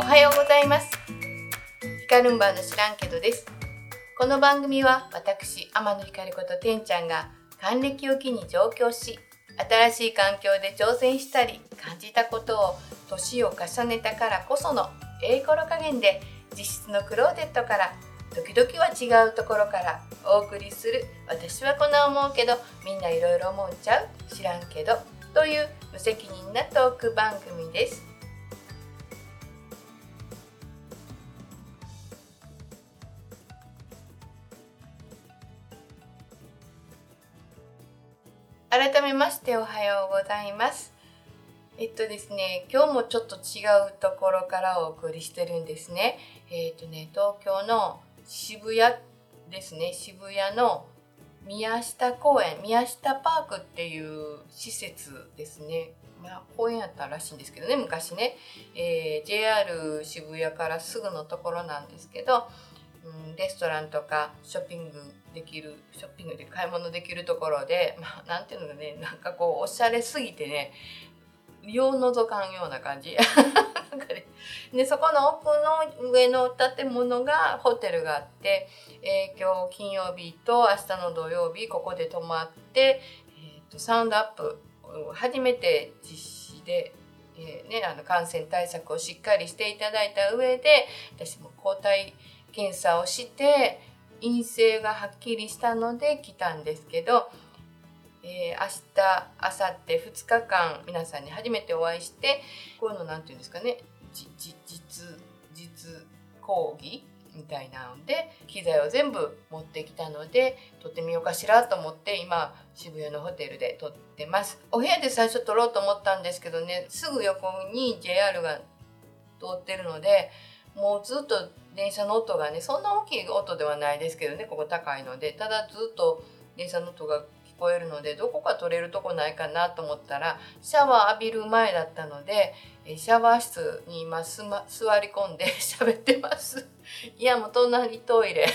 はようございます。ヒカルンバーの知らんけどです。この番組は私天野ひかることてんちゃんが還暦を機に上京し、新しい環境で挑戦したり感じたことを年を重ねたからこその心加減で実質のクローゼットから時々は違うところからお送りする、私はこんな思うけどみんないろいろ思うんちゃう知らんけどという無責任なトーク番組です。改めましておはようございます。ですね、今日もちょっと違うところからお送りしてるんですね。東京の渋谷ですね。渋谷の宮下公園、宮下パークっていう施設ですね。公園やったらしいんですけどね、昔ね、JR 渋谷からすぐのところなんですけど、レストランとかショッピングで買い物できるところで、なんていうのかね、なんかこうおしゃれすぎてね、よう覗かんような感じなんかね、でそこの奥の上の建物がホテルがあって、今日金曜日と明日の土曜日ここで泊まって、サウンドアップ初めて実施で、感染対策をしっかりしていただいた上で、私も抗体検査をして陰性がはっきりしたので来たんですけど、明日、明後日2日間皆さんに初めてお会いして、こういうのなんていうんですかね、実講義みたいなので機材を全部持ってきたので撮ってみようかしらと思って今渋谷のホテルで撮ってます。お部屋で最初撮ろうと思ったんですけどね、すぐ横に JR が通ってるので、もうずっと電車の音がね、そんな大きい音ではないですけどね、ここ高いので、ただずっと電車の音が聞こえるので、どこか撮れるとこないかなと思ったらシャワー浴びる前だったので、シャワー室に今座り込んで喋ってます。いや、もう隣トイレ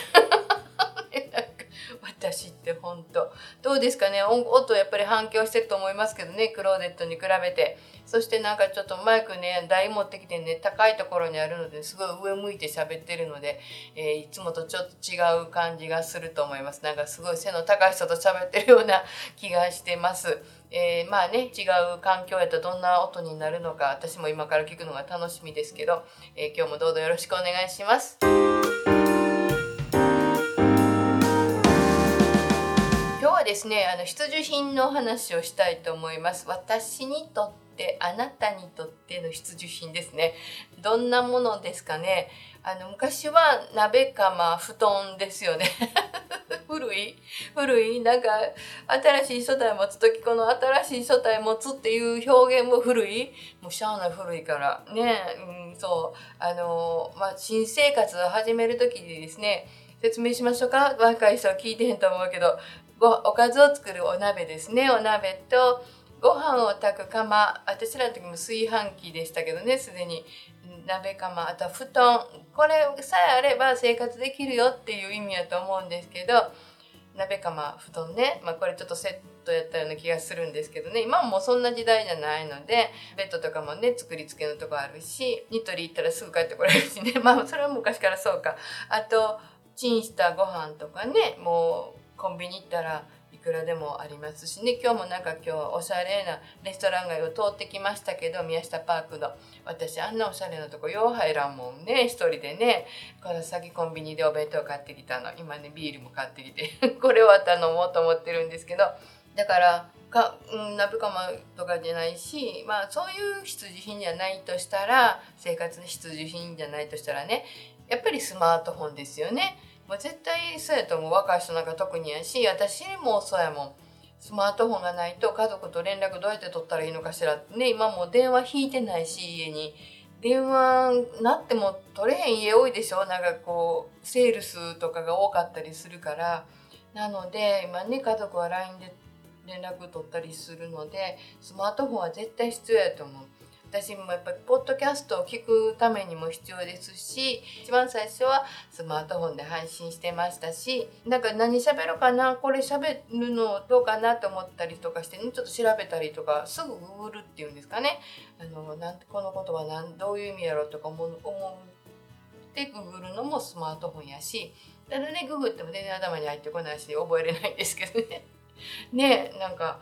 私って本当どうですかね、音やっぱり反響してると思いますけどね、クローゼットに比べて。そしてなんかちょっとマイクね、台持ってきてね、高いところにあるのですごい上向いて喋ってるので、いつもとちょっと違う感じがすると思います。なんかすごい背の高い人と喋ってるような気がしてます。違う環境やったらどんな音になるのか私も今から聞くのが楽しみですけど、今日もどうぞよろしくお願いします。今日はですね、必需品の話をしたいと思います。私にとってあなたにとっての必需品ですね。どんなものですかね。昔は鍋釜布団ですよね古いなんか新しい初代持つ時、この新しい初代持つっていう表現も古い、もうしゃあない古いからね。新生活を始める時にですね、説明しましょうか。若い人は聞いてへんと思うけど、おかずを作るお鍋ですね。お鍋とご飯を炊く釜、私らの時も炊飯器でしたけどね、すでに鍋釜、あとは布団、これさえあれば生活できるよっていう意味やと思うんですけど、鍋釜布団ね、これちょっとセットやったような気がするんですけどね、今もそんな時代じゃないので、ベッドとかもね作り付けのとこあるし、ニトリ行ったらすぐ帰ってこれるしね、それは昔からそうか。あとチンしたご飯とかね、もうコンビニ行ったらいくらでもありますしね。今日もおしゃれなレストラン街を通ってきましたけど、宮下パークの、私あんなおしゃれなとこよう入らんもんね、一人でね。から先コンビニでお弁当買ってきたの、今ねビールも買ってきてこれ終わったら飲もうと思ってるんですけど、だから鍋釜とかじゃないし、そういう必需品じゃないとしたら、生活の必需品じゃないとしたらね、やっぱりスマートフォンですよね。もう絶対そうやと思う。若い人なんか特にやし、私もそうやもん。スマートフォンがないと家族と連絡どうやって取ったらいいのかしらね。今もう電話引いてないし、家に電話なっても取れへん家多いでしょ。なんかこうセールスとかが多かったりするから。なので今ね、家族は LINE で連絡取ったりするので、スマートフォンは絶対必要やと思う。 私もやっぱりポッドキャストを聞くためにも必要ですし、一番最初はスマートフォンで配信してましたし、なんか何喋ろうかな、これ喋るのどうかなと思ったりとかしてね、ちょっと調べたりとか、すぐググるっていうんですかね、この言葉どういう意味やろうとか思ってググるのもスマートフォンやし、ただね、ググっても全然頭に入ってこないし覚えれないんですけどね。ね、なんか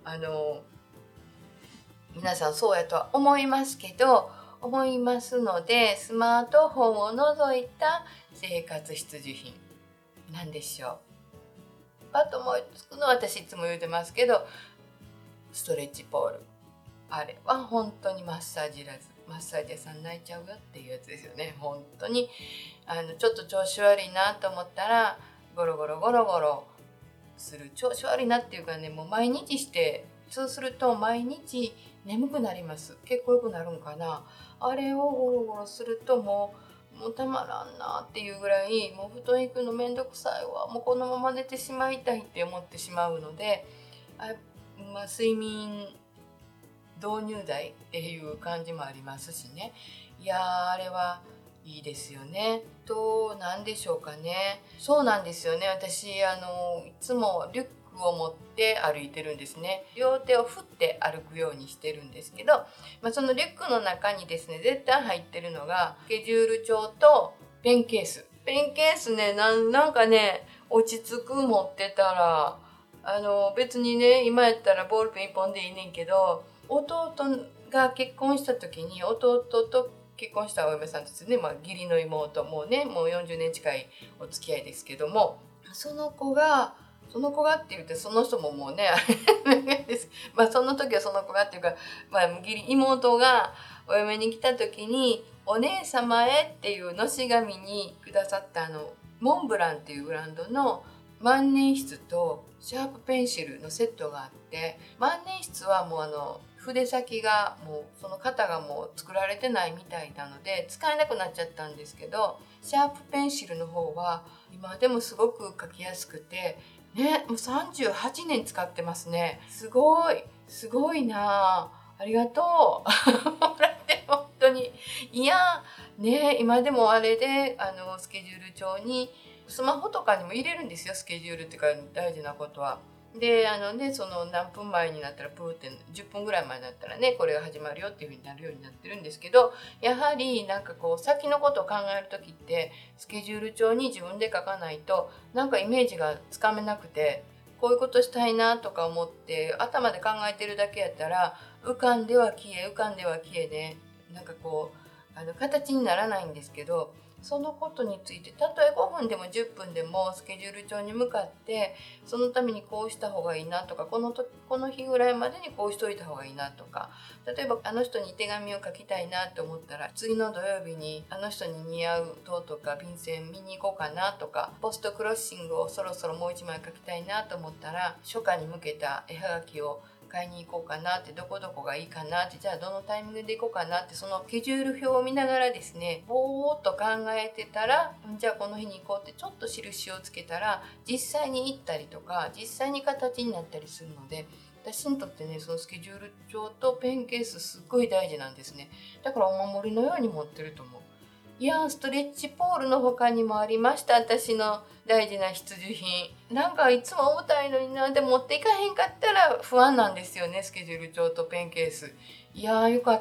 皆さんそうやとは思いますので、スマートフォンを除いた生活必需品なんでしょう。パッと思いつくのは、私いつも言うてますけど、ストレッチポール、あれは本当にマッサージいらず、マッサージ屋さん泣いちゃうよっていうやつですよね。本当にちょっと調子悪いなと思ったらゴロゴロする。調子悪いなっていうかね、もう毎日して、そうすると毎日眠くなります。結構よくなるんかな。あれをゴロゴロするともうたまらんなっていうぐらい、もう布団行くのめんどくさいわ、もうこのまま寝てしまいたいって思ってしまうので、睡眠導入剤っていう感じもありますしね。いやー、あれはいいですよね。何でしょうかね。そうなんですよね。私いつもリュックを持って歩いてるんですね。両手を振って歩くようにしてるんですけど、そのリュックの中にですね、絶対入ってるのがスケジュール帳とペンケース。ペンケースね、なんかね、落ち着く持ってたら、別にね、今やったらボールペン1本でいいねんけど、弟が結婚した時に、弟と結婚したお嫁さんですね、義理の妹、もう40年近いお付き合いですけども、その子がって言って、その人ももうねその時はその子がっていうか、義理妹がお嫁に来た時に、お姉様へっていうのし紙にくださったモンブランっていうブランドの万年筆とシャープペンシルのセットがあって、万年筆はもう筆先がもうその型がもう作られてないみたいなので使えなくなっちゃったんですけど、シャープペンシルの方は今でもすごく書きやすくてね、もう38年使ってますね。すごいなありがとうもらって本当に。いやね、今でもあれでスケジュール帳にスマホとかにも入れるんですよ、スケジュールっていうか大事なことは。でその何分前になったらプーって10分ぐらい前になったらね、これが始まるよっていう風になるようになってるんですけど、やはりなんかこう先のことを考える時ってスケジュール帳に自分で書かないとなんかイメージがつかめなくて、こういうことしたいなとか思って頭で考えてるだけやったら浮かんでは消えね、なんかこう形にならないんですけど、そのことについてたとえ5分でも10分でもスケジュール帳に向かってそのためにこうした方がいいなとか、この日ぐらいまでにこうしといた方がいいなとか、例えばあの人に手紙を書きたいなと思ったら次の土曜日にあの人に似合う塔とか便箋見に行こうかなとか、ポストクロッシングをそろそろもう1枚書きたいなと思ったら初夏に向けた絵はがきを買いに行こうかなって、どこがいいかなって、じゃあどのタイミングで行こうかなって、そのスケジュール表を見ながらですね、ぼーっと考えてたら、じゃあこの日に行こうってちょっと印をつけたら実際に行ったりとか実際に形になったりするので、私にとってね、そのスケジュール帳とペンケースすっごい大事なんですね。だからお守りのように持ってると思う。いや、ストレッチポールの他にもありました、私の大事な必需品。なんかいつも重たいのにな、で持っていかへんかったら不安なんですよね、スケジュール帳とペンケース。いやー、よかった、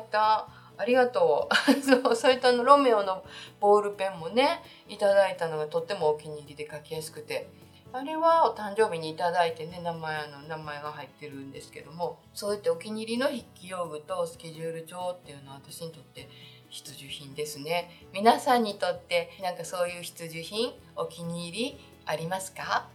ありがとうそれとロメオのボールペンもね、いただいたのがとってもお気に入りで書きやすくて、あれはお誕生日にいただいてね、名前が入ってるんですけども、そうやってお気に入りの筆記用具とスケジュール帳っていうのは私にとって必需品ですね。皆さんにとってなんかそういう必需品、お気に入りありますか？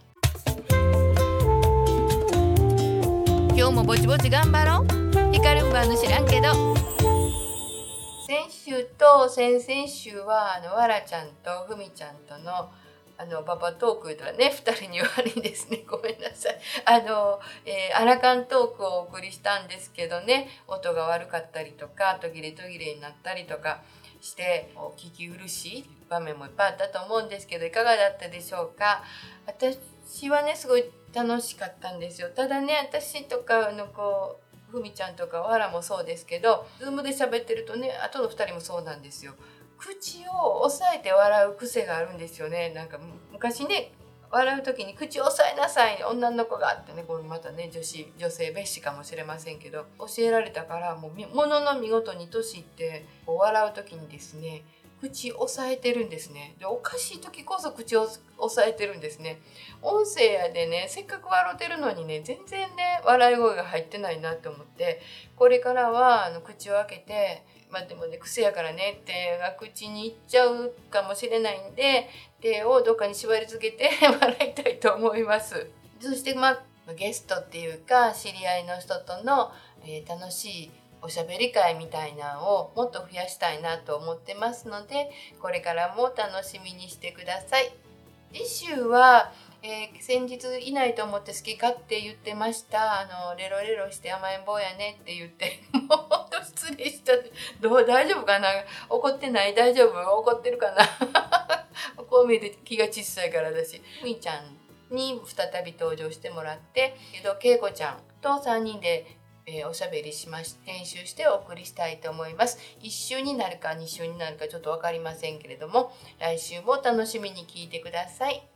今日もぼちぼち頑張ろう。ヒカルンバの知らんけど。先週と先々週はわらちゃんとふみちゃんとのババトークだね、2人に悪いですね、ごめんなさい。アラカントークをお送りしたんですけどね、音が悪かったりとか途切れになったりとかしてお聞き苦しい場面もいっぱいあったと思うんですけど、いかがだったでしょうか？私はね、すごい楽しかったんですよ。ただね、私とかふみちゃんとかわらもそうですけど、ズームで喋ってるとね、あとの2人もそうなんですよ。口を押さえて笑う癖があるんですよね。なんか昔ね、笑う時に口を押さえなさい、女の子がってね、これまたね、女性蔑視かもしれませんけど、教えられたから、ものの見事に年ってこう笑う時にですね、口押さえてるんですね。で、おかしい時こそ口を押さえてるんですね。音声やでね、せっかく笑ってるのにね、全然ね、笑い声が入ってないなと思って、これからは口を開けて、でもね、癖やからね、手が口にいっちゃうかもしれないんで、手をどっかに縛り付けて笑いたいと思います。そしてゲストっていうか知り合いの人との、楽しいおしゃべり会みたいなのをもっと増やしたいなと思ってますので、これからも楽しみにしてください。次週は、先日いないと思って好き勝手言ってました。レロレロして甘えん坊やねって言ってもうほんと失礼しちゃって、大丈夫かな、怒ってない、大丈夫、怒ってるかなこう見えて気が小さいからだし、みーちゃんに再び登場してもらって、けいこちゃんと3人でおしゃべりしまして、編集してお送りしたいと思います。1週になるか2週になるかちょっと分かりませんけれども、来週も楽しみに聞いてください。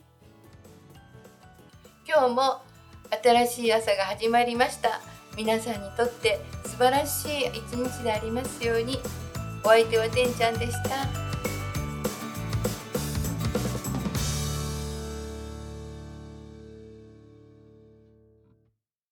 今日も新しい朝が始まりました。皆さんにとって素晴らしい一日でありますように。お相手はてんちゃんでした。